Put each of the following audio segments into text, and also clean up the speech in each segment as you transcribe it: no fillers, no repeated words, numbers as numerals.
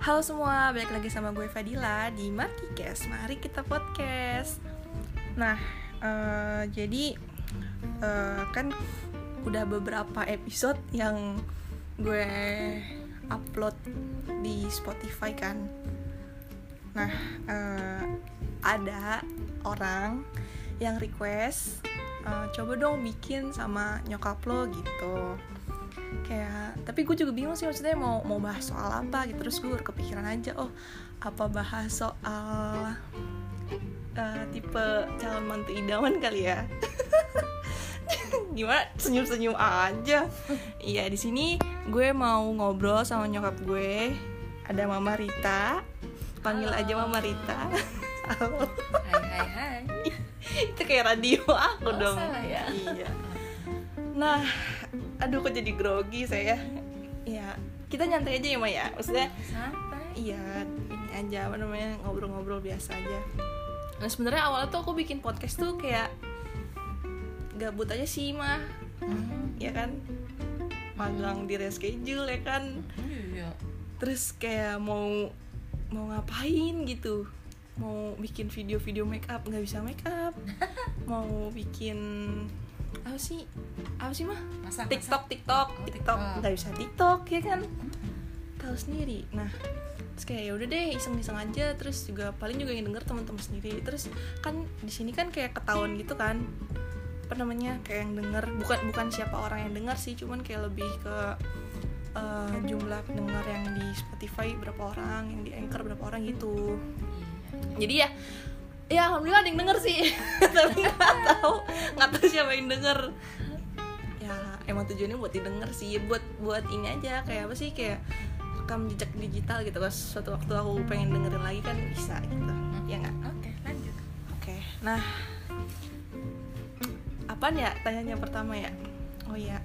Halo semua, balik lagi sama gue Fadila di Markicast. Mari kita podcast. Nah, kan udah beberapa episode yang gue upload di Spotify kan. Nah, ada orang yang request, coba dong bikin sama nyokap lo gitu. Kayak, tapi gue juga bingung sih maksudnya mau bahas soal apa gitu. Terus gue kepikiran aja, apa bahas soal tipe calon mantu idaman kali ya. Gimana, senyum-senyum aja. Iya, di sini gue mau ngobrol sama nyokap gue. Ada Mama Rita. Panggil aja Mama Rita. Halo. Hai. Itu kayak radio aku dong. Salah ya. Iya. Nah, aduh kok jadi grogi saya. Ya, kita nyantai aja ya Maya. Maksudnya santai. Iya, ini aja apa namanya, ngobrol-ngobrol biasa aja. Nah, sebenarnya awalnya tuh aku bikin podcast tuh kayak gabut aja sih mah. Ya kan? Magang di reschedule ya kan. Iya. Terus kayak mau ngapain gitu. Mau bikin video make up, nggak bisa make up. Mau bikin apa sih mah? TikTok nggak bisa TikTok ya kan, tahu sendiri. Nah, terus kayak ya udah deh, iseng-iseng aja. Terus juga paling juga yang denger teman-teman sendiri. Terus kan di sini kan kayak ketahuan gitu kan, apa namanya, kayak yang denger bukan siapa orang yang denger sih, cuman kayak lebih ke jumlah pendengar yang di Spotify berapa orang, yang di Anchor berapa orang gitu. Jadi ya alhamdulillah ada yang denger sih. Tapi nggak tahu siapa yang denger. Ya emang tujuannya buat didengar sih, buat ini aja, kayak apa sih, kayak rekam jejak digital gitu. Pas suatu waktu aku pengen dengerin lagi kan bisa gitu. Ya nggak? Oke, lanjut. Oke. Nah, apaan ya tanyanya pertama ya? Oh iya,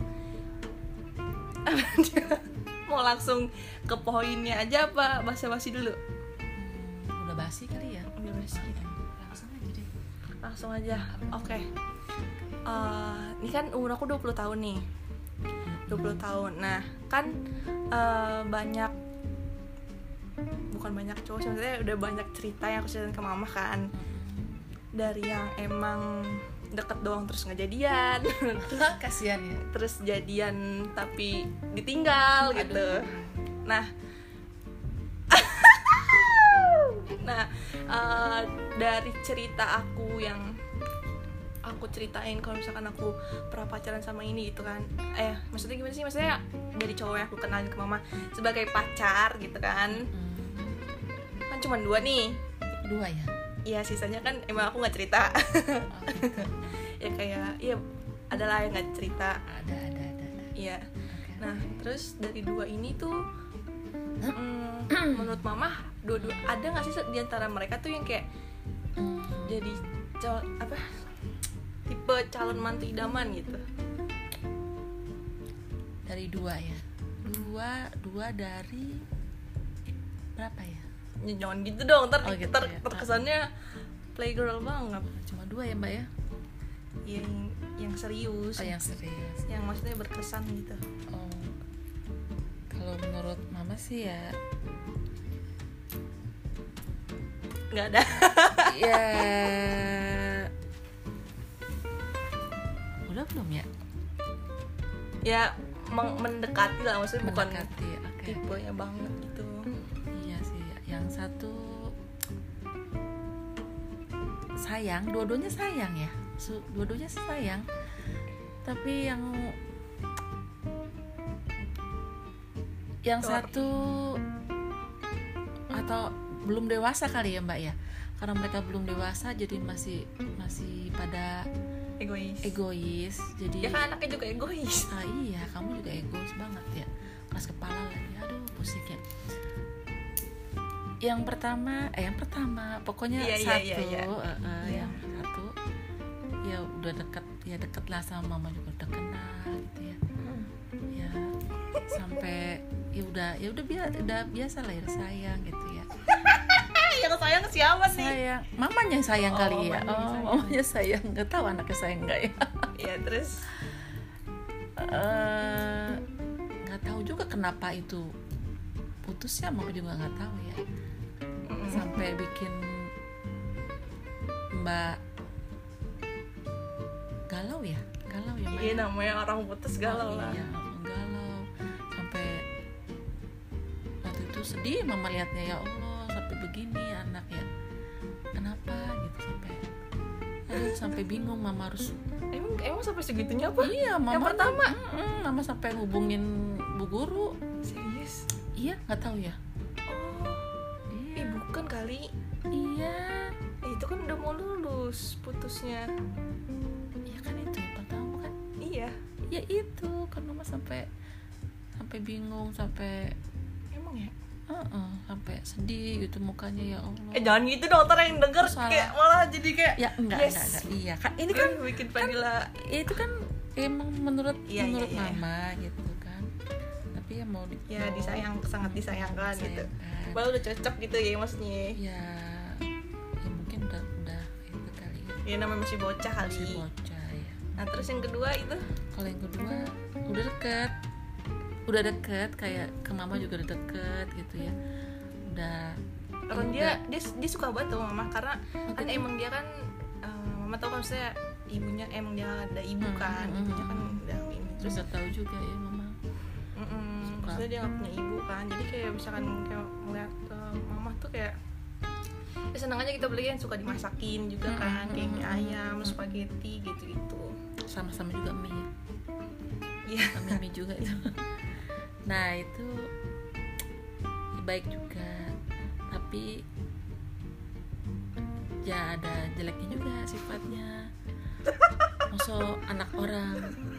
mau langsung ke poinnya aja apa basa-basi dulu? Udah basi kali ya? Udah basi. Langsung aja. Oke. Ini kan umur aku 20 tahun nih. 20 tahun. Nah, kan bukan banyak cowok, sebenarnya udah banyak cerita yang aku ceritain ke mama kan. Dari yang emang deket doang terus nggak jadian. Kasihan ya. Terus jadian tapi ditinggal. Aduh. Gitu. Nah, dari cerita aku yang aku ceritain kalau misalkan aku pernah pacaran sama ini gitu kan, maksudnya gimana sih, maksudnya dari cowok yang aku kenalin ke mama sebagai pacar gitu kan. Kan cuma 2 nih. 2 ya? Iya, sisanya kan emang aku nggak cerita. Ya kayak ya adalah yang nggak cerita. Ada. Iya. Okay. Nah, terus dari 2 ini tuh menurut mama dua-dua ada nggak sih di antara mereka tuh yang kayak jadi tipe calon mantu idaman gitu? Dari 2 ya? 2 dari berapa ya? Jangan gitu dong, Gitu ya. terkesannya playgirl banget. Cuma 2 ya Mbak ya? Yang serius. Yang serius. Yang maksudnya berkesan gitu. Kalau menurut mama sih ya Nggak ada. ya udah belum ya? Ya mendekati lah, maksudnya bukan Mendekati, okay. tipenya banget gitu. Iya sih, yang satu sayang, dua-duanya sayang ya, dua-duanya sayang. Tapi yang satu atau belum dewasa kali ya Mbak ya, karena mereka belum dewasa jadi masih pada egois. Jadi ya kan anaknya juga egois. Iya, kamu juga egois banget ya, keras kepala lagi, aduh pusing ya. Yang pertama pokoknya satu. Yang satu ya udah deket lah sama mama, juga udah kenal gitu ya. Ya sampai ya udah biasa lah ya, sayang gitu ya. Yang sayang siapa sih? Sayang, mamanya sayang kali ya. Mamanya sayang, nggak tahu anaknya sayang nggak ya. Iya, terus nggak tahu juga kenapa itu putusnya mama juga nggak tahu ya. Sampai bikin Mbak galau ya iya namanya orang putus galau lah. Iya galau sampai waktu itu sedih mama lihatnya, ya Allah sampai begini anak ya, kenapa gitu, sampai bingung mama harus emang sampai segitunya apa? Iya mama yang pertama mama sampai ngubungin bu guru. Serius? Iya nggak tahu ya. Iya. Bukan kali. Iya. Itu kan udah mau lulus putusnya. Iya kan itu yang pertama kan. Iya. Ya itu kan mama sampai bingung, sampai emang ya. Sampai sedih gitu mukanya, ya Allah. Jangan gitu dong, ntar yang denger kayak malah jadi kayak ya enggak. Iya kan ini kan bikin Fadila itu kan emang menurut mama iya. gitu kan. Tapi ya mau sangat disayangkan gitu. Baru udah cocok gitu ya maksudnya. Ya mungkin udah itu kali ya. Ya namanya masih bocah kali. Masih bocah ya. Nah, terus yang kedua itu? Kalau yang kedua udah deket kayak ke mama juga udah deket gitu ya. Orang dia suka banget sama mama karena kan emang dia kan mama tau kan maksudnya ibunya emang dia ada ibu kan, ibunya kan udah ini. Terus tahu juga ya mama. Maksudnya dia nggak punya ibu kan, jadi kayak misalkan kayak ngeliat mama tuh kayak ya senang aja kita beli, yang suka dimasakin juga kan, kayak mie ayam, spaghetti gitu. Sama-sama juga mie. Iya. Sama mie juga itu. Nah itu baik juga, tapi ya ada jeleknya juga sifatnya. Maksud anak orang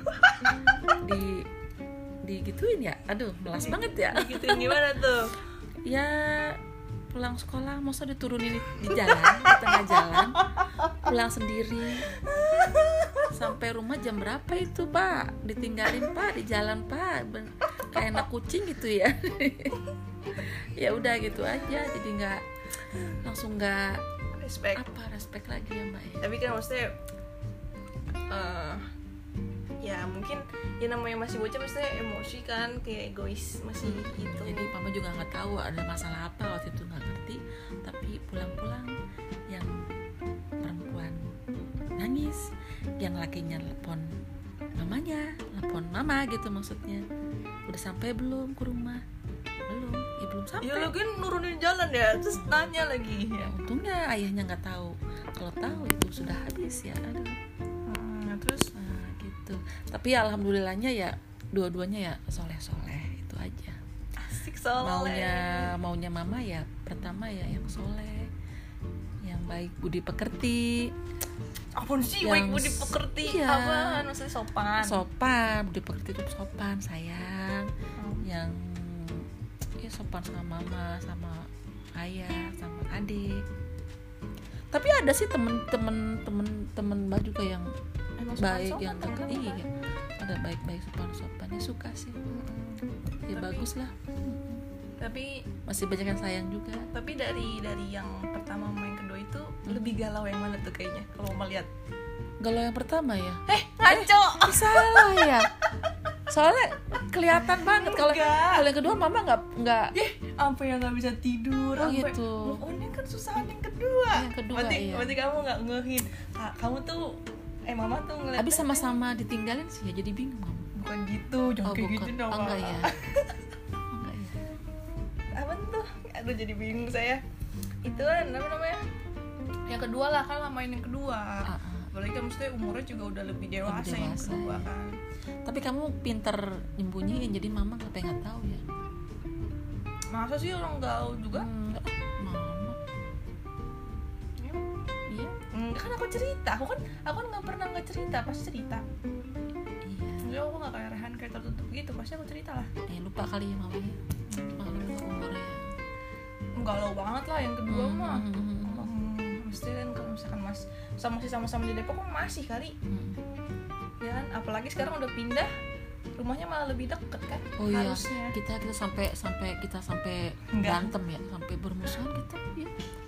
digituin ya, aduh melas banget ya. Digituin gimana tuh? Ya pulang sekolah masa diturunin di jalan, di tengah jalan, pulang sendiri. Sampai rumah jam berapa itu Pak? Ditinggalin Pak di jalan Pak, kayak anak kucing gitu ya. Ya udah gitu aja, jadi langsung nggak respect lagi ya Mbak ya. Tapi kan maksudnya ya mungkin ya namanya masih bocah maksudnya emosi kan, kayak egois masih itu. Jadi mama juga nggak tahu ada masalah apa waktu itu, nggak ngerti. Tapi pulang-pulang yang perempuan nangis, yang lakinya telepon mamanya, telepon mama gitu maksudnya. Udah sampai belum ke rumah? Belum, ya belum sampai. Ya lo kan nurunin jalan ya, terus nanya lagi. Ya untungnya ayahnya nggak tahu. Kalau tahu itu sudah habis ya. Aduh. Terus gitu. Tapi ya alhamdulillahnya ya dua-duanya ya soleh-soleh, itu aja. Asik soleh. Maunya mama ya pertama ya yang soleh, yang baik budi pekerti. Apaan sih baik budi pekerti? Iya. Apaan? Maksudnya sopan, budi pekerti itu sopan, sayang. Yang ya sopan sama mama, sama ayah, sama adik. Tapi ada sih temen mbak juga yang baik, yang dekat. Iya, ada baik-baik sopan ya, suka sih. Ya tapi, bagus lah. Tapi masih banyak yang sayang juga. Tapi dari yang pertama sama yang kedua itu lebih galau yang mana tuh kayaknya kalau mau lihat? Galau yang pertama ya. Ngaco. Salah ya. Soalnya kelihatan banget kalau yang kedua mama nggak. Sampai yang nggak bisa tidur. Oh gitu. Ini kan susahan yang kedua. Berarti kamu nggak ngehin. Kamu tuh mama tuh ngeliat. Abis sama-sama ditinggalin sih ya, jadi bingung kamu. Bukan gitu, jangan kayak gitu dong. Enggak ya. Apa tuh? Aduh jadi bingung saya. Itu kan namanya yang kedua lah, kan lamain yang kedua. Apalagi kan maksudnya umurnya juga udah lebih dewasa yang kedua kan. Tapi kamu pinter nyembunyiin, jadi mama nggak tahu ya. Masa sih orang gaul juga? Mama. Iya. Kan aku cerita, aku kan nggak pernah nggak cerita, pasti cerita. Iya. Aku nggak kayak Rehan kayak tertutup gitu, pasti aku cerita lah. Lupa kali ya mamanya. Malu umurnya. Galau banget lah yang kedua mah. Mesti kan kalau misalkan masih sama-sama di Depok kan masih kali. Ya kan, apalagi sekarang udah pindah, rumahnya malah lebih deket kan. Oh harusnya. Iya, kita sampai berantem ya, sampai bermusuhan kita ya.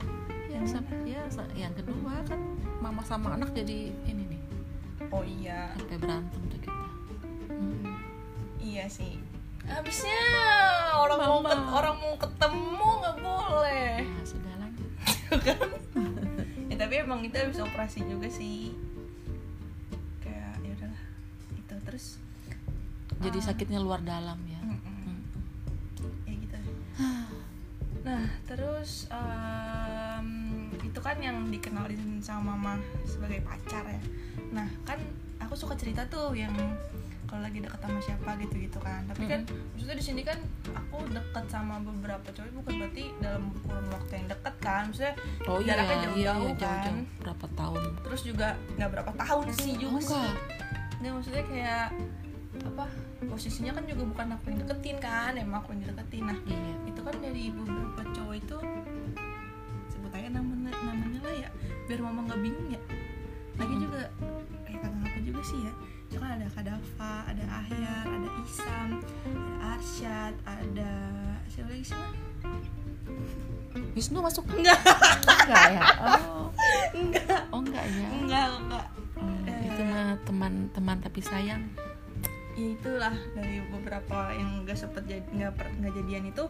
Yang kedua kan mama sama anak jadi ini nih. Oh iya. Sampai berantem tuh kita. Iya sih. Habisnya orang mau ketemu nggak boleh. Nah, sudah lanjut. Kan? Ya tapi emang kita habis operasi juga sih. Kayak ya udahlah itu terus. Jadi sakitnya luar dalam ya. Ya gitu. Nah terus itu kan yang dikenalin sama mama sebagai pacar ya. Nah kan aku suka cerita tuh yang kalau lagi deket sama siapa gitu kan. Tapi kan maksudnya di sini kan aku deket sama beberapa cowok bukan berarti dalam kurun waktu yang deket kan. Maksudnya jaraknya jauh-jauh kan. Berapa tahun? Terus juga nggak berapa tahun sih juga sih. Nggak, maksudnya kayak apa, posisinya kan juga bukan aku yang deketin kan, emang aku yang deketin. Nah itu kan dari beberapa cowok itu, sebut aja namanya lah ya biar mama nggak bingung ya. Lagi juga kayak kata aku juga sih ya, kan ada Kadafa, ada Ahyar, ada Isam, ada Arsyad, ada siapa lagi sih mah? Wisnu masuk? Enggak Ya? Enggak ya? Enggak. Itu mah teman tapi sayang. Ya itulah, dari beberapa yang nggak sempet nggak jadian itu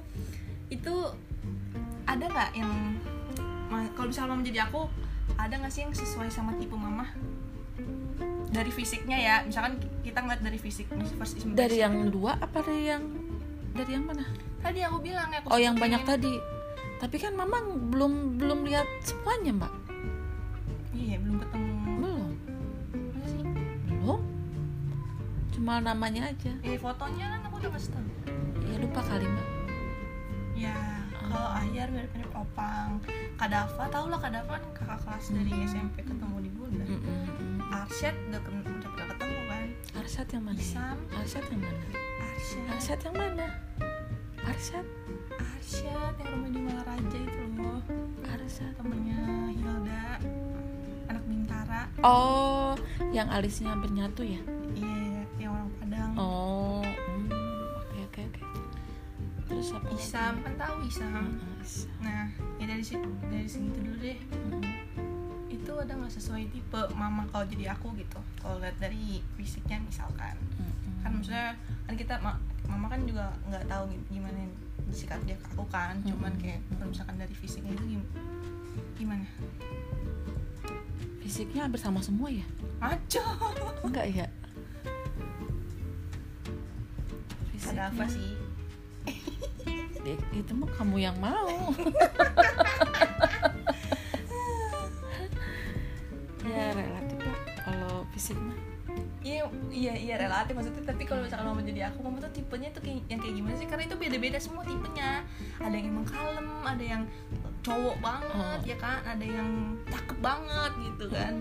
ada nggak yang kalau misalnya mama jadi aku, ada nggak sih yang sesuai sama tipe mama dari fisiknya ya? Misalkan kita ngeliat dari fisik first impression. Dari yang dua apa dari yang mana? Tadi aku bilang ya. Oh yang banyak tadi. Tapi kan mama belum lihat semuanya mbak. Iya belum ketemu. Belum. Masa sih? Belum. Cuma namanya aja. Fotonya kan aku udah ngasih tahu. Ya lupa kali mbak. Ya kalau Ahyar mirip-mirip Opang. Kadafa, tau lah Kadafa kan kakak kelas dari SMP ketemu di Bunda. Arsyad udah ketemu kan. Arsyad yang mana? Isam. Arsyad yang mana? Arsyad yang mana? Arsyad yang rumah di Malaraja itu loh. Arsyad temennya Hilda, anak Bintara. Oh, yang alisnya hampir nyatu ya? Iya, yang orang Padang. Oh, oke. Terus apa? Isam, kan tahu Isam. Nah, ya dari segitu dulu deh. Itu ada nggak sesuai tipe mama kalau jadi aku gitu? Kalau lihat dari fisiknya misalkan, kan maksudnya kan kita mama kan juga nggak tahu gimana sikap dia ke aku kan, cuman kayak kalau misalkan dari fisiknya itu gimana? Fisiknya hampir sama semua ya? Aja. Enggak ya? Ada apa sih? Itu mah kamu yang mau. Ya relatif lah kalau fisik mah. Iya relatif maksudnya. Tapi kalau misalkan mama jadi aku, mama tuh tipenya tuh yang kayak gimana sih? Karena itu beda-beda semua tipenya. Ada yang emang kalem, ada yang cowok banget ya kan, ada yang cakep banget gitu kan.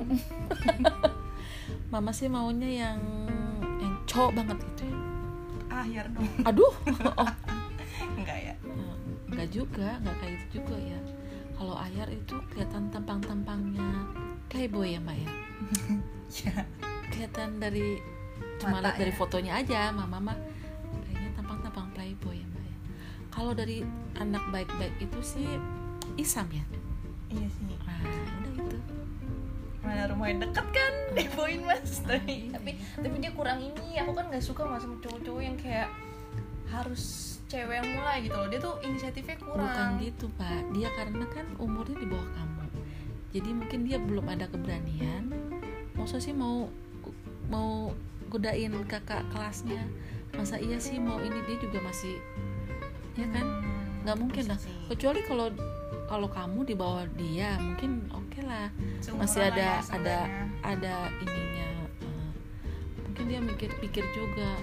Mama sih maunya yang cowok banget gitu ya. Ahyar dong. Aduh. Enggak ya? Enggak juga, enggak kayak itu juga ya. Kalau Ahyar itu kelihatan tampang-tampangnya playboy ya mbak ya. Ya. Kelihatan dari cuma lihat dari fotonya aja, mama kayaknya tampang-tampang playboy ya mbak ya. Kalau dari anak baik-baik itu sih Isam ya. Iya sih. Nah udah itu. Mana rumahnya deket kan, dibawain mas. Tapi dia kurang ini. Aku kan nggak suka sama cowok-cowok yang kayak harus cewek yang mulai gitu loh. Dia tuh inisiatifnya kurang. Bukan gitu pak. Dia karena kan umurnya di bawah kamu. Jadi mungkin dia belum ada keberanian. Masa sih mau godain kakak kelasnya? Masa iya sih mau ini, dia juga masih ya kan? Nggak mungkin lah. Kecuali kalau kamu di bawah dia mungkin oke lah. Masih ada ininya. Mungkin dia pikir juga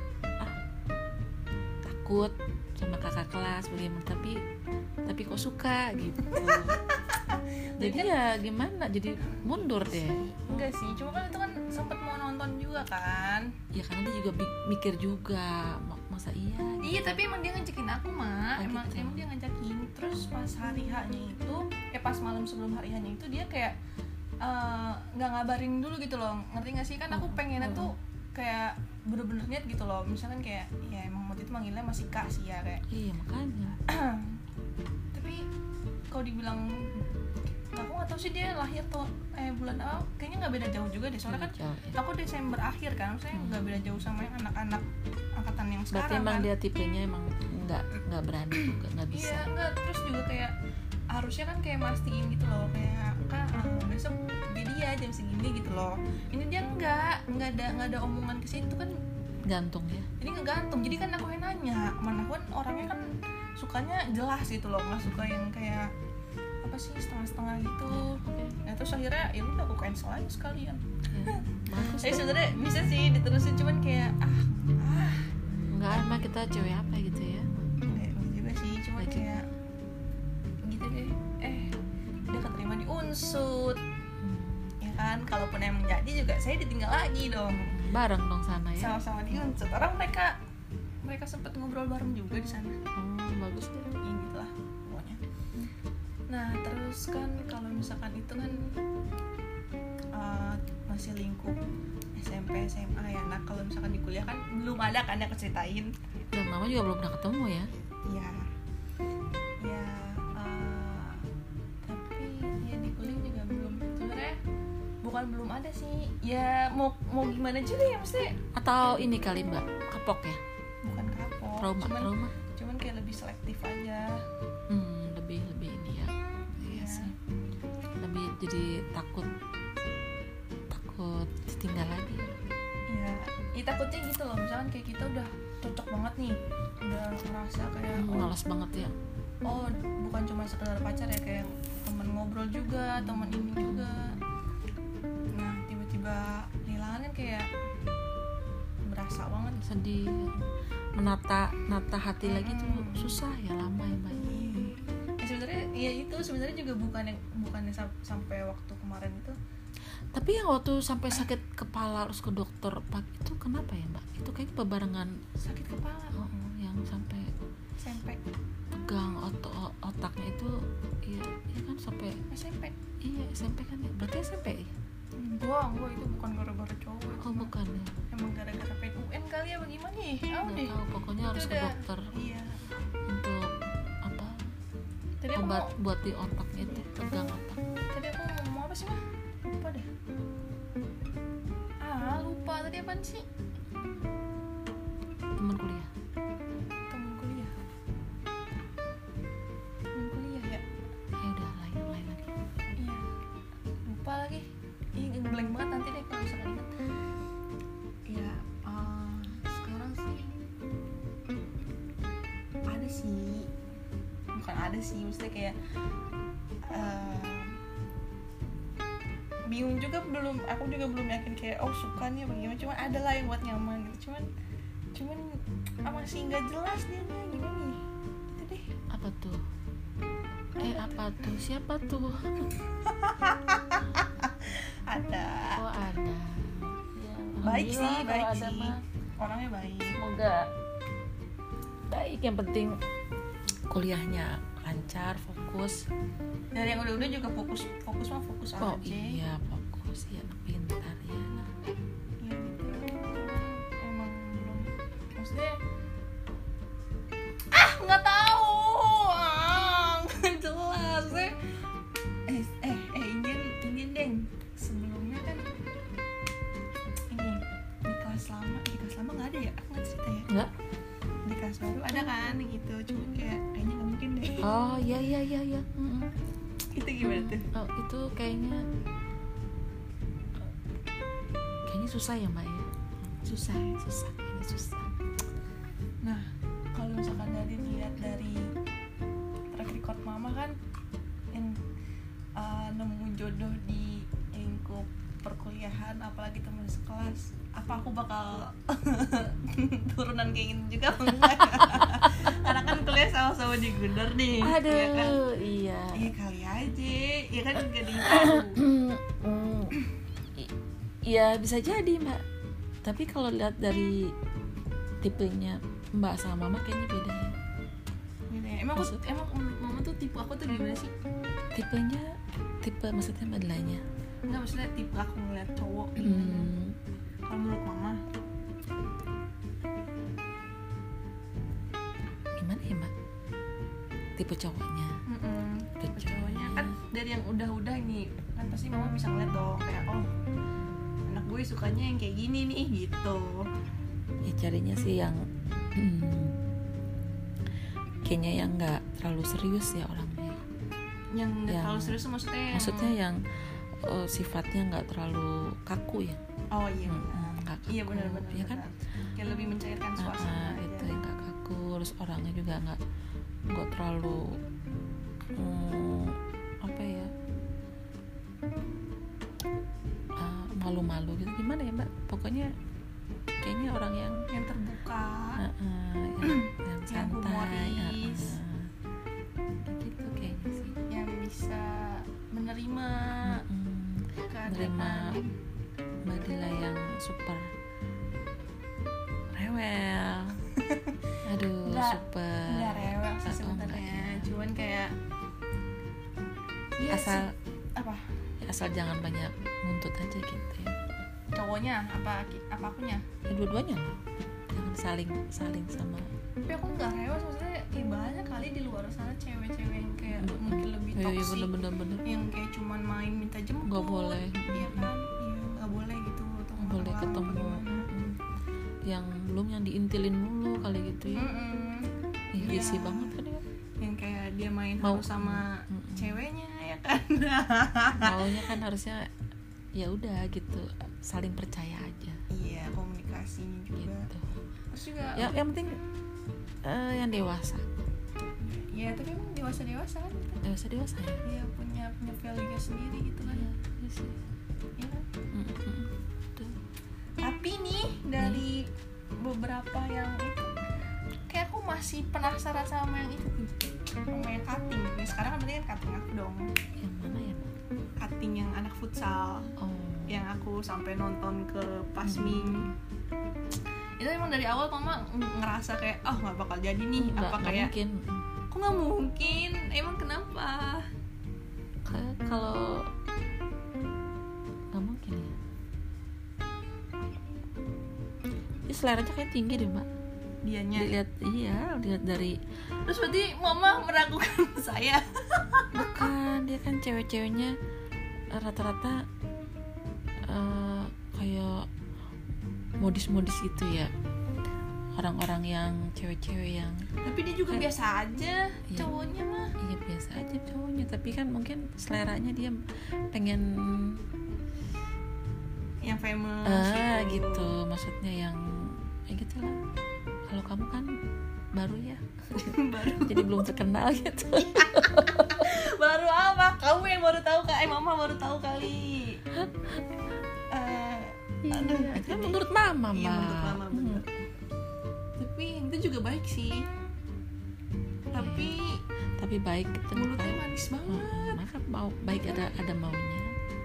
takut sama kakak kelas bagaimana, tapi kok suka gitu. Jadi ya gimana, jadi mundur deh. Enggak sih, cuma kan itu kan sempet mau nonton juga kan. Ya karena dia juga mikir juga, masa iya gitu. Iya tapi emang dia ngajakin aku mah. Emang gitu. dia ngajakin. Terus pas hari H-nya itu pas malam sebelum hari H-nya itu dia kayak nggak ngabarin dulu gitu loh. Ngerti nggak sih? Kan aku pengennya tuh kayak bener-bener niat gitu loh. Misalkan kayak ya emang waktu itu manggilnya masih Kak sih ya kayak. Iya makanya. Tapi kalau dibilang Aku nggak tahu sih dia lahir tuh bulan awal, kayaknya nggak beda jauh juga deh, soalnya kan aku Desember akhir kan, saya nggak beda jauh sama yang anak-anak angkatan yang sekarang. Berarti emang kan dia tipenya emang nggak berani juga, nggak bisa. Iya nggak, terus juga kayak harusnya kan kayak mastiin gitu loh, kayak kan besok jadi ya jam segini gitu loh. Ini dia nggak ada omongan ke situ kan, gantung ya. Jadi ngegantung, jadi kan aku yang nanya, mana aku kan orangnya kan sukanya jelas gitu loh, nggak suka yang kayak apa sih setengah-setengah gitu. Nah terus akhirnya ya udah aku cancel aja sekalian. Bagus. Sebenarnya bisa sih diterusin, cuman kayak nggak, emang kita cewek apa gitu ya. Enggak juga sih, cuman kayak gitu deh. Dia keterima di Unsud. Ya kan, kalaupun emang jadi juga saya ditinggal lagi dong. Bareng dong sana ya. Sama-sama di Unsud. Orang mereka sempat ngobrol bareng juga di sana. Bagus deh. Ya gitulah pokoknya. Nah terus kan kalau misalkan itu kan masih lingkup SMP SMA ya. Nah kalau misalkan di kuliah kan belum ada kan yang aku ceritain. Dan mama juga belum pernah ketemu ya. Iya. Ya tapi ya di kuliah juga belum, sebenarnya bukan belum ada sih. Ya mau gimana juga ya, mesti. Atau ini kali Mbak, kapok ya? Bukan kapok. Trauma. Cuman kayak lebih selektif aja. Lebih ini ya. Iya sih. Lebih jadi takut ditinggal lagi. Iya. Ya takutnya gitu loh, misalkan kayak kita udah cocok banget nih, udah ngerasa kayak malas banget ya. Bukan cuma sekedar pacar ya, kayak teman ngobrol juga, teman ini juga. Nah tiba-tiba kehilangan kan kayak berasa banget, sedih. Menata hati lagi tuh susah ya, lama ya Mbak. Ya sebenarnya ya itu sebenarnya juga bukannya sampai waktu kemarin itu. Tapi yang waktu sampai sakit kepala harus ke dokter pagi itu kenapa ya Mbak? Itu kayaknya bebarengan sakit kepala. Yang sampai pegang otaknya itu, iya kan sampai SMP. Iya SMP kan ya. Berarti SMP ya? Enggak, itu bukan gara-gara cowok. Bukan ya. Emang gara-gara pengen UN kali ya, bagaimana nih? Nggak tahu, pokoknya harus ke dokter. Iya. Untuk apa? Tadi obat buat di otaknya itu, pegang otak. Tadi aku ngomong apa sih mah? Lupa deh. Lupa tadi apaan sih? Teman kuliah ya? Udah lain lagi. Iya. Lupa lagi. Blank banget, nanti deh kalau misalkan ingat. Ya, sekarang sih ada sih, maksudnya kayak bingung juga, aku juga belum yakin kayak sukanya bagaimana, cuman ada lah yang buat nyaman gitu, cuman masih nggak jelas dia gimana nih gitu deh. Apa tuh? Siapa tuh? Ada. Ada ya, baik sih orangnya baik, semoga baik. Yang penting kuliahnya lancar, fokus. Dan yang udah juga fokus aja. Iya, fokus ya, anak pintar ya. Iya gitu. Emang belum, maksudnya nggak tahu, nggak jelas deh. Ingin deng. Sebelumnya kan ini di kelas lama nggak ada ya, aku nggak cerita ya. Nggak. Di kelas baru ada kan gitu, cuma kayaknya nggak mungkin deh. Iya. Itu gimana tuh? Itu kayaknya susah ya Mbak ya. Susah. Nah kalau misalkan dilihat dari track record mama kan, yang nemu jodoh di lingkup perkuliahan, apalagi teman sekelas, apa aku bakal turunan kayak gini juga enggak? Karena kan kuliah sama-sama di Gundar nih. Aduh, ya kan? iya Kali aja, ya kan gak ada yang tahu. Iya bisa jadi Mbak. Tapi kalau lihat dari tipenya Mbak sama Mama kayaknya beda ya. Beda ya. Emang menurut Mama tuh tipe aku tuh gimana sih? Tipe maksudnya modelannya? Enggak, maksudnya tipe aku ngeliat cowok gimana? Kalau menurut Mama gimana ya Mbak? Tipe cowoknya? Tipe cowoknya kan dari yang udah nih kan pasti mama bisa ngeliat dong kayak oh anak gue sukanya yang kayak gini nih gitu. Ya carinya sih yang kayaknya yang nggak terlalu serius ya orangnya. Yang nggak terlalu serius maksudnya yang sifatnya nggak terlalu kaku ya. Oh iya. Kaku, iya benar ya kan kayak lebih mencairkan suasana itu yang nggak kaku, terus orangnya juga nggak terlalu apa ya malu-malu gitu, gimana ya mbak, pokoknya kayaknya orang yang terbuka, yang santai, gitu kayaknya sih, yang bisa menerima Mbak Dila yang super rewel. Aduh, nggak rewel sih sebenarnya, cuman kayak asal jangan banyak nuntut aja gitu ya. Cowoknya apa akunya? Ya dua-duanya lah, jangan saling sama. Tapi aku nggak rewel, maksudnya banyak kali di luar sana cewek-cewek yang kayak mungkin lebih toksik, bener. yang kayak cuman main minta jemput, nggak boleh, iya kan, nggak boleh gitu, atau nggak boleh ketemu, yang belum yang diintilin mulu kali gitu ya. Risih banget kan ya, yang kayak dia main harus sama ceweknya ya kan. Maunya kan harusnya ya udah gitu, saling percaya aja. Iya, komunikasinya juga gitu. Terus juga yang penting yang dewasa. Ya tapi emang dewasa kan, dewasa ya. Iya, punya value sendiri gitu kan. Iya sih. Iya kan. Tapi nih dari beberapa yang itu kayak aku masih penasaran sama yang itu, sama yang cutting. Nah, sekarang kan berarti kan cutting aku dong. Yang mana ya? Cutting yang anak futsal. Yang aku sampai nonton ke Pasming. Itu emang dari awal mama ngerasa kayak nggak bakal jadi nih, kayak mungkin. Kok nggak mungkin? Emang kenapa? Kayak kalau nggak mungkin ya. Ini seleranya kayak tinggi deh mbak. Dianya. Lihat dari. Terus berarti mama meragukan saya. Bukan, dia kan cewek-ceweknya rata-rata kayak modis-modis gitu ya, orang-orang yang cewek-cewek yang. Tapi dia juga biasa aja cowoknya mah. Iya biasa aja cowoknya, tapi kan mungkin seleranya dia pengen yang famous gitu, maksudnya yang gitu lah. Kalau kamu kan baru ya, jadi belum terkenal gitu. Baru apa? Kamu yang baru tahu kak? Mama baru tahu kali. Aduh, itu kan menurut mama, Iya, menurut mama bener. Tapi itu juga baik sih. Tapi baik gitu. Mulutnya manis banget. Maka mau baik ada maunya.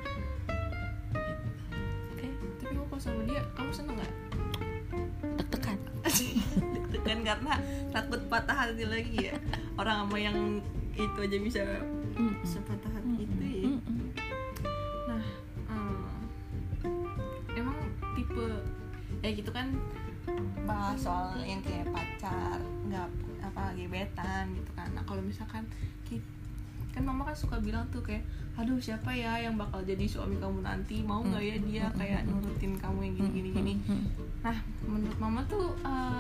Oke. Tapi kalau sama dia, kamu seneng nggak? Deg-degan. Deg-degan karena takut patah hati lagi ya. Orang sama yang itu aja bisa sepatah hati itu ya. Nah, emang tipe gitu kan, bahas soal yang kayak pacar nggak gebetan gitu kan. Nah kalau misalkan kan mama kan suka bilang tuh kayak, aduh siapa ya yang bakal jadi suami kamu nanti, mau nggak ya dia kayak nurutin kamu yang gini. Nah menurut mama tuh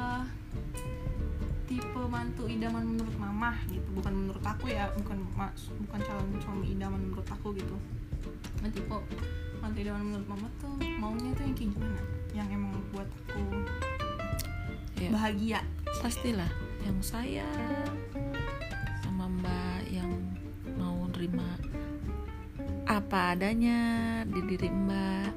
tipe mantu idaman menurut mama gitu, bukan menurut aku ya, bukan calon suami idaman menurut aku gitu. Nah tipe mantu idaman menurut mama tuh maunya tuh yang kayak gimana, yang emang buat aku bahagia. Pastilah yang sayang sama mbak, yang mau nerima apa adanya di diri mbak,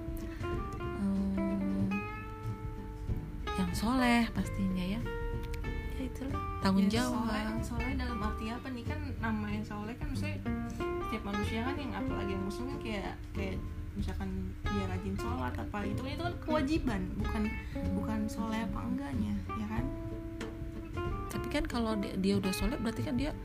yang soleh pastinya ya itulah tanggung jawab. Soleh dalam arti apa nih, kan namanya soleh kan maksudnya setiap manusia kan, yang apalagi yang muslim kan kayak misalkan dia rajin sholat apa itu kan kewajiban, bukan soleh apa enggaknya ya kan. Tapi kan kalau dia udah soleh berarti kan dia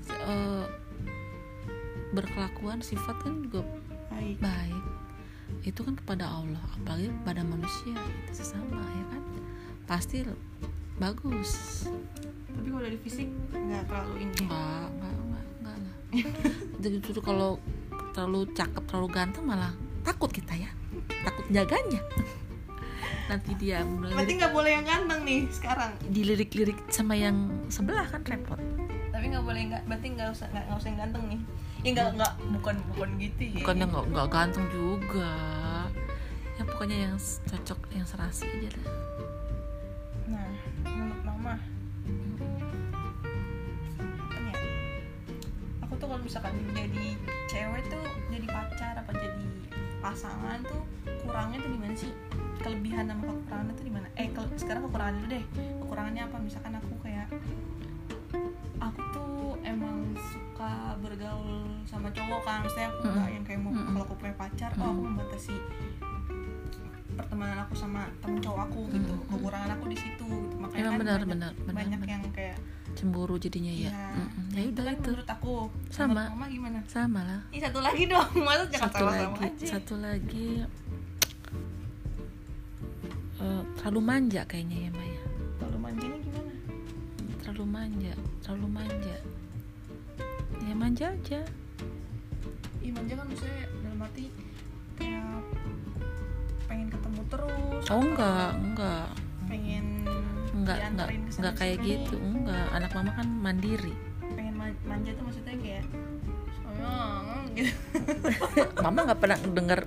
berkelakuan sifat kan juga baik. Itu kan kepada Allah, apalagi kepada manusia itu sesama ya kan, pasti bagus. Tapi kalau dari fisik nggak terlalu ini. Nggak lah. Jadi kalau terlalu cakep, terlalu ganteng malah takut kita ya, takut jaganya. Nanti dia berarti nggak boleh yang ganteng nih sekarang, dilirik-lirik sama yang sebelah kan repot. Tapi nggak boleh, berarti nggak usah yang ganteng nih ya, nggak bukan gitu ya, bukannya nggak ganteng juga ya, pokoknya yang cocok, yang serasi aja deh. Nah menurut mama ya, aku tuh kalau misalkan jadi cewek tuh, jadi pacar apa jadi pasangan tuh kurangnya tuh di mana sih, kelebihan sama kekurangannya tuh di mana? Sekarang kekurangan dulu deh. Kekurangannya apa? Misalkan aku tuh emang suka bergaul sama cowok kan, maksudnya aku nggak yang kayak mau kalau aku punya pacar, aku membatasi pertemanan aku sama temen cowok aku gitu. Kekurangan aku di situ gitu. Makanya kan benar, banyak yang kayak cemburu jadinya ya. Ya udah kan itu. Menurut aku sama. Mama gimana? Sama lah. Ini satu lagi dong, masa jangan sama-sama aja. Satu lagi terlalu manja kayaknya ya, Mbak ya. Terlalu manjanya gimana? Terlalu manja. Ya manja aja. Ih, manja kan maksudnya dalam arti kayak pengen ketemu terus. Oh enggak. Pengen diantarin kesana enggak kayak sini. gitu. Enggak, anak mama kan mandiri. Pengen manja tuh maksudnya kayak gitu. Mama nggak pernah dengar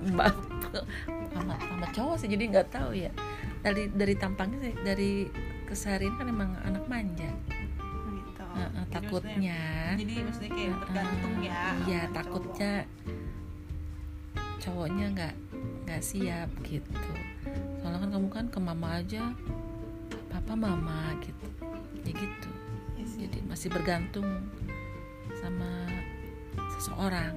sama cowok sih, jadi nggak tahu ya. Dari tampangnya sih, dari keseharian kan emang anak manja. Gitu. Takutnya. Jadi maksudnya kayak tergantung ya. Iya, takutnya cowoknya nggak siap gitu. Soalnya kan kamu kan ke mama aja, papa mama gitu, ya gitu. Yes. Jadi masih bergantung sama seseorang.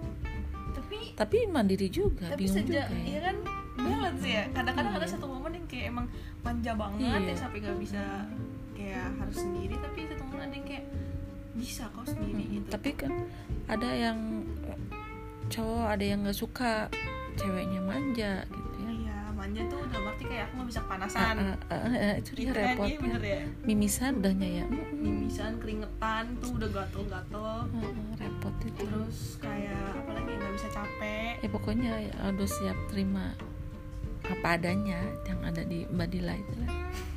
Tapi mandiri juga, bingung juga ya. Iya kan, balance ya. Kadang-kadang ada satu momen yang kayak emang manja banget ya, sampai nggak bisa kayak harus sendiri. Tapi satu momen ada yang kayak bisa kok sendiri gitu. Tapi kan ada yang cowok, ada yang nggak suka ceweknya manja gitu ya. Iya, manja tuh udah berarti kayak aku nggak bisa kepanasan. Itu dia repot. Iya bener ya. Mimisan udahnya ya. Mimisan, keringetan tuh udah gatel-gatel. Repot itu. Terus kayak apalagi nggak bisa capek. Ya pokoknya harus siap terima apa adanya yang ada di Mbak Dila itu lah.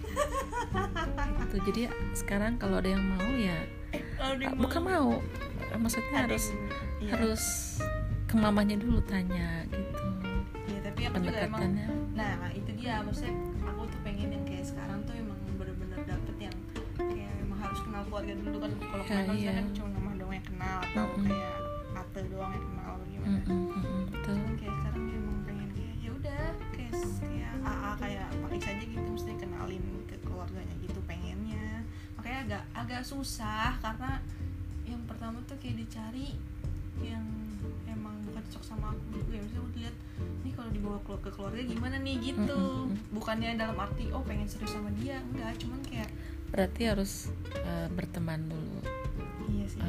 Gitu. Jadi sekarang kalau ada yang mau ya, bukan mau, maksudnya harus ke mamanya dulu tanya gitu. Iya, tapi aku juga emang, nah itu dia, maksudnya aku tuh pengen yang kayak sekarang tuh emang bener-bener dapet yang kayak emang harus kenal keluarga dulu kan. Kalau kemarin kan cuma mama doang yang kenal atau kayak ate doang yang kenal atau gimana. Cuman kayak sekarang dia emang pengen kayak ya udah kayak AA kayak Pak Is aja gitu, mesti kenalin ke keluarganya gitu pengennya. Makanya agak susah karena yang pertama tuh kayak dicari yang emang bukan cocok sama aku juga ya, misalnya aku lihat nih kalau dibawa ke keluarga gimana nih gitu. Bukannya dalam arti pengen serius sama dia, enggak, cuman kayak berarti harus berteman dulu. Iya sih.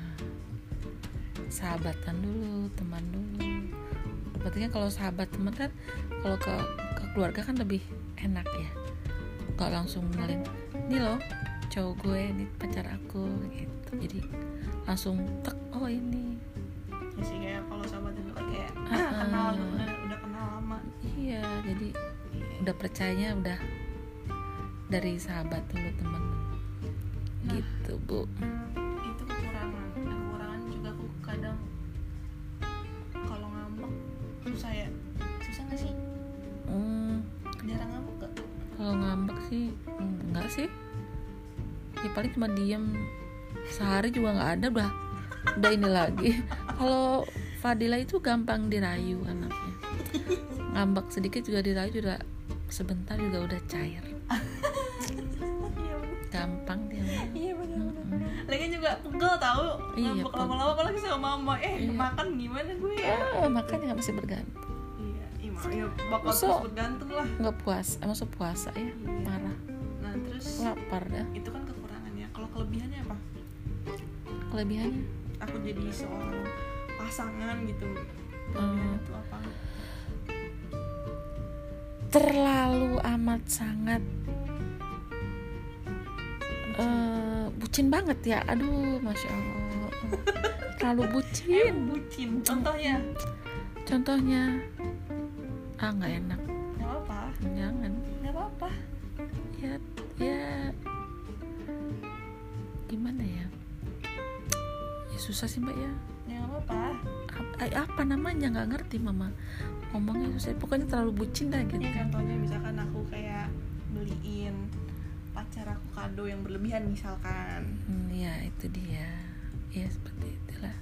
Sahabatan dulu, teman dulu. Berarti kan kalau sahabat teman kan, kalau ke keluarga kan lebih enak ya. Nggak langsung ngenalin, nih loh cowok gue, nih pacar aku gitu. Jadi langsung tek, oh ini. Ya sih, kayak kalau sahabat itu kan kayak kenal udah kenal lama. Iya, jadi udah percayanya udah dari sahabat dulu, teman. Gitu, Bu. Itu kekurangan. Nah, kekurangan juga aku kadang kalau ngambek susah ya. Susah nggak sih? Jarang ngambek gak? Kalau ngambek sih enggak sih. Ya paling cuma diem sehari juga nggak ada, udah ini lagi. Kalau Fadila itu gampang dirayu anaknya. Ngambek sedikit juga dirayu, juga sebentar juga udah cair. Gampang dia. Iya benar. Lagi juga pegel tahu. Ngambek lama-lama apalagi sama mama. Makan gimana gue ya? Makannya masih bergantung. Iya, bakal terus bergantung lah. Nggak masuk puasa ya, marah. Nah terus lapar dah. Itu kan kekurangannya. Kalau kelebihannya apa? Kelebihannya? Aku jadi seorang pasangan gitu. Kelebihannya itu apa? Terlalu amat sangat bucin banget ya, aduh masya Allah. Terlalu bucin. Bucin contohnya nggak enak. nggak apa Jangan. nggak apa Ya gimana ya susah sih mbak ya. nggak apa Apa namanya nggak ngerti mama ngomongnya susah, pokoknya terlalu bucin dah gitu. ya contohnya misalkan aku kayak beliin pacar aku kado yang berlebihan misalkan. Ya itu dia ya, seperti itulah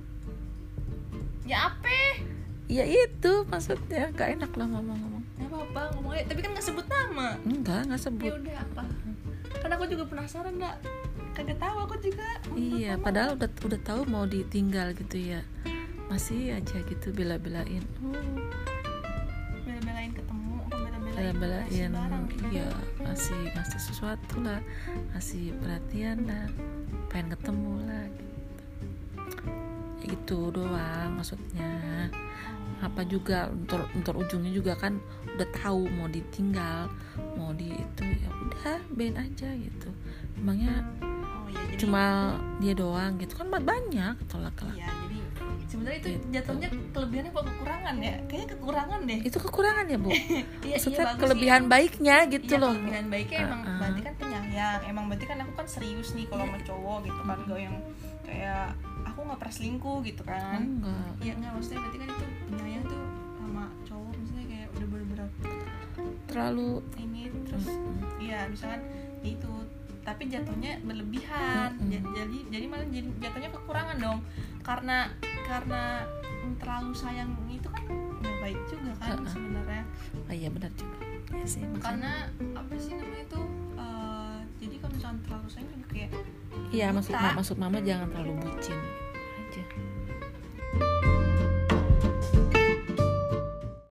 Ya apa? ya, itu maksudnya nggak enak lah mama ngomong. Nggak apa-apa ngomongnya, tapi kan nggak sebut nama. Nggak sebut. Ya udah apa? Kan aku juga penasaran nggak, kagak tahu aku juga. Iya, padahal udah tahu mau ditinggal gitu ya, masih aja gitu bela-belain. Bela-belain ketemu, Bela-belain, barang. iya ngasih sesuatu lah, ngasih perhatian lah, pengen ketemu lah gitu. Ya gitu doang maksudnya. Apa juga untuk ujungnya juga kan udah tahu mau ditinggal, mau di itu, ya udah ben aja gitu. Emangnya jadi, cuma dia doang gitu kan, banyak tolak-tolak. Iya, jadi sebenarnya itu jatuhnya kelebihannya apa kekurangan ya? Kayaknya kekurangan deh. Itu kekurangan ya, Bu? Iya, maksudnya bagus kelebihan sih, baiknya gitu iya, loh. Kelebihan baiknya emang berarti kan penyayang. Emang berarti kan aku kan serius nih kalau sama cowok gitu kan, gak yang kayak aku nggak pernah selingkuh gitu kan. Enggak. Iya enggak, maksudnya berarti kan itu penyayang tuh sama cowok, misalnya kayak udah bener-bener terlalu ini terus iya misalkan itu, tapi jatuhnya berlebihan. Jadi malah jatuhnya kekurangan dong, karena terlalu sayang itu kan nggak baik juga kan sebenarnya. iya benar juga ya sih, Karena apa sih namanya itu jadi kalau misalkan terlalu sayang juga kayak iya, maksud mama jangan terlalu bucin.